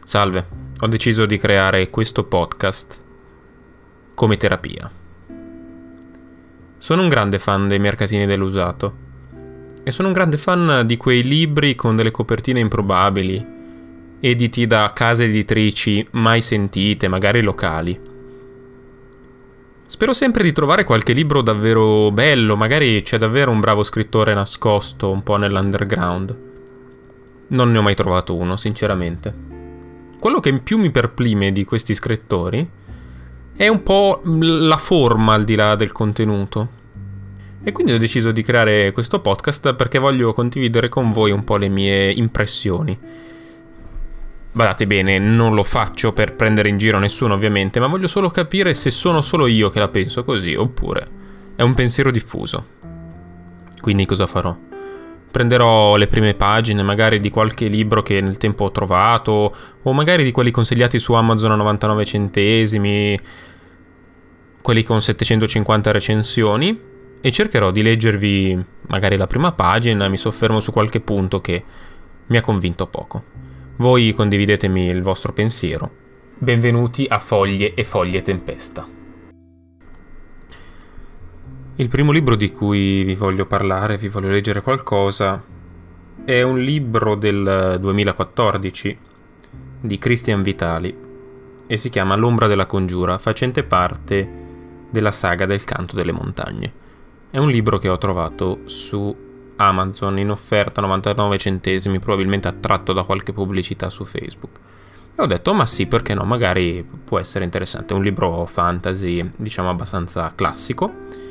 Salve, ho deciso di creare questo podcast come terapia. Sono un grande fan dei mercatini dell'usato e sono un grande fan di quei libri con delle copertine improbabili, editi da case editrici mai sentite, magari locali. Spero sempre di trovare qualche libro davvero bello, magari c'è davvero un bravo scrittore nascosto un po' nell'underground. Non ne ho mai trovato uno, sinceramente. Quello che in più mi perplime di questi scrittori è un po' la forma al di là del contenuto. E quindi ho deciso di creare questo podcast perché voglio condividere con voi un po' le mie impressioni. Badate bene, non lo faccio per prendere in giro nessuno ovviamente, ma voglio solo capire se sono solo io che la penso così oppure è un pensiero diffuso. Quindi cosa farò? Prenderò le prime pagine magari di qualche libro che nel tempo ho trovato, o magari di quelli consigliati su Amazon a 99 centesimi, quelli con 750 recensioni, e cercherò di leggervi magari la prima pagina, mi soffermo su qualche punto che mi ha convinto poco. Voi condividetemi il vostro pensiero. Benvenuti a Foglie e Foglie Tempesta. Il primo libro di cui vi voglio parlare, vi voglio leggere qualcosa, è un libro del 2014 di Christian Vitali e si chiama L'ombra della congiura, facente parte della saga del Canto delle montagne. È un libro che ho trovato su Amazon in offerta a 99 centesimi, probabilmente attratto da qualche pubblicità su Facebook. E ho detto, ma sì, perché no, magari può essere interessante. È un libro fantasy, diciamo abbastanza classico.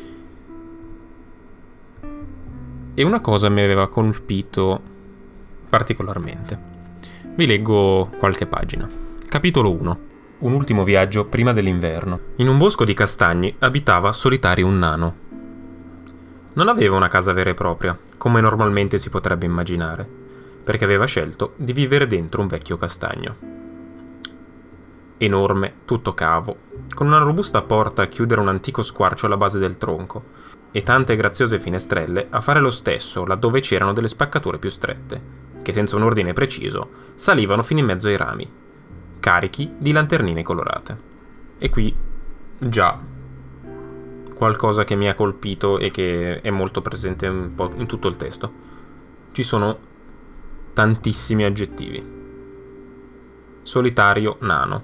E una cosa mi aveva colpito particolarmente. Vi leggo qualche pagina. Capitolo 1. Un ultimo viaggio prima dell'inverno. In un bosco di castagni abitava solitario un nano. Non aveva una casa vera e propria, come normalmente si potrebbe immaginare, perché aveva scelto di vivere dentro un vecchio castagno. Enorme, tutto cavo, con una robusta porta a chiudere un antico squarcio alla base del tronco, e tante graziose finestrelle a fare lo stesso laddove c'erano delle spaccature più strette, che senza un ordine preciso salivano fino in mezzo ai rami, carichi di lanternine colorate. E qui già qualcosa che mi ha colpito e che è molto presente un po' in tutto il testo. Ci sono tantissimi aggettivi. Solitario, nano,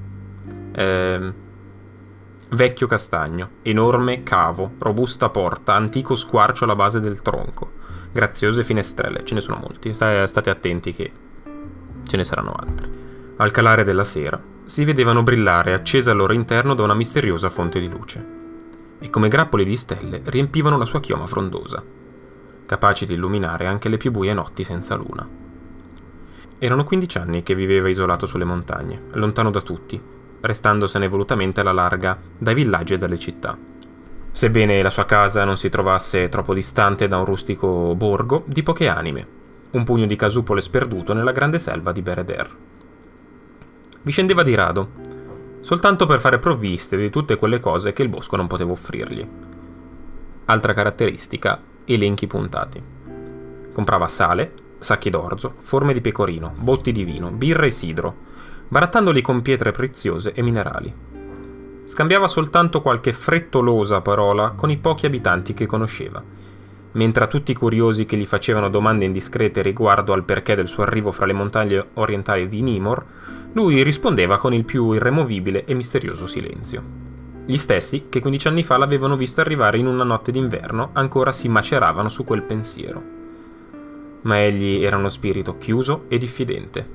vecchio castagno, enorme cavo, robusta porta, antico squarcio alla base del tronco, graziose finestrelle, ce ne sono molti, state attenti che ce ne saranno altri. Al calare della sera si vedevano brillare accese al loro interno da una misteriosa fonte di luce, e come grappoli di stelle riempivano la sua chioma frondosa, capaci di illuminare anche le più buie notti senza luna. Erano 15 anni che viveva isolato sulle montagne, lontano da tutti, restandosene volutamente alla larga dai villaggi e dalle città. Sebbene la sua casa non si trovasse troppo distante da un rustico borgo di poche anime, un pugno di casupole sperduto nella grande selva di Bereder. Vi scendeva di rado, soltanto per fare provviste di tutte quelle cose che il bosco non poteva offrirgli. Altra caratteristica, elenchi puntati. Comprava sale, sacchi d'orzo, forme di pecorino, botti di vino, birra e sidro, barattandoli con pietre preziose e minerali. Scambiava soltanto qualche frettolosa parola con i pochi abitanti che conosceva, mentre a tutti i curiosi che gli facevano domande indiscrete riguardo al perché del suo arrivo fra le montagne orientali di Nimor, lui rispondeva con il più irremovibile e misterioso silenzio. Gli stessi che 15 anni fa l'avevano visto arrivare in una notte d'inverno ancora si maceravano su quel pensiero. Ma egli era uno spirito chiuso e diffidente.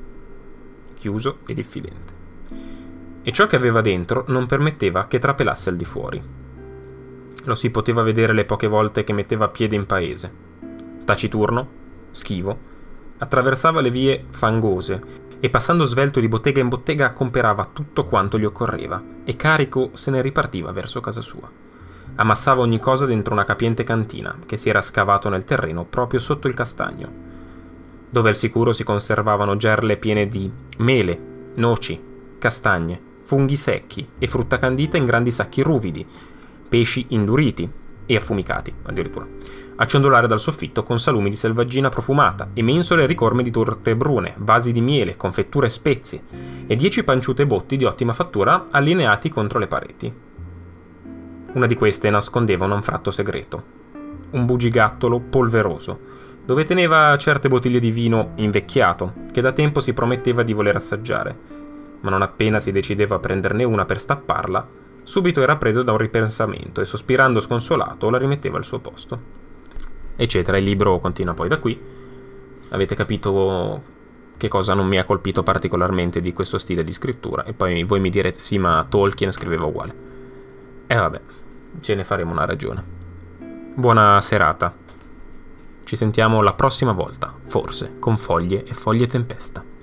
E ciò che aveva dentro non permetteva che trapelasse al di fuori. Lo si poteva vedere le poche volte che metteva piede in paese. Taciturno, schivo, attraversava le vie fangose e passando svelto di bottega in bottega comperava tutto quanto gli occorreva e carico se ne ripartiva verso casa sua. Ammassava ogni cosa dentro una capiente cantina che si era scavato nel terreno proprio sotto il castagno, dove al sicuro si conservavano gerle piene di mele, noci, castagne, funghi secchi e frutta candita in grandi sacchi ruvidi, pesci induriti e affumicati addirittura, a ciondolare dal soffitto con salumi di selvaggina profumata e mensole ricorme di torte brune, vasi di miele, confetture e spezie, e 10 panciute botti di ottima fattura allineati contro le pareti. Una di queste nascondeva un anfratto segreto, un bugigattolo polveroso, dove teneva certe bottiglie di vino invecchiato, che da tempo si prometteva di voler assaggiare, ma non appena si decideva a prenderne una per stapparla, subito era preso da un ripensamento e, sospirando sconsolato, la rimetteva al suo posto. Eccetera. Il libro continua poi da qui. Avete capito che cosa non mi ha colpito particolarmente di questo stile di scrittura, e poi voi mi direte sì, ma Tolkien scriveva uguale. E vabbè, ce ne faremo una ragione. Buona serata. Ci sentiamo la prossima volta, forse, con Foglie e Foglie Tempesta.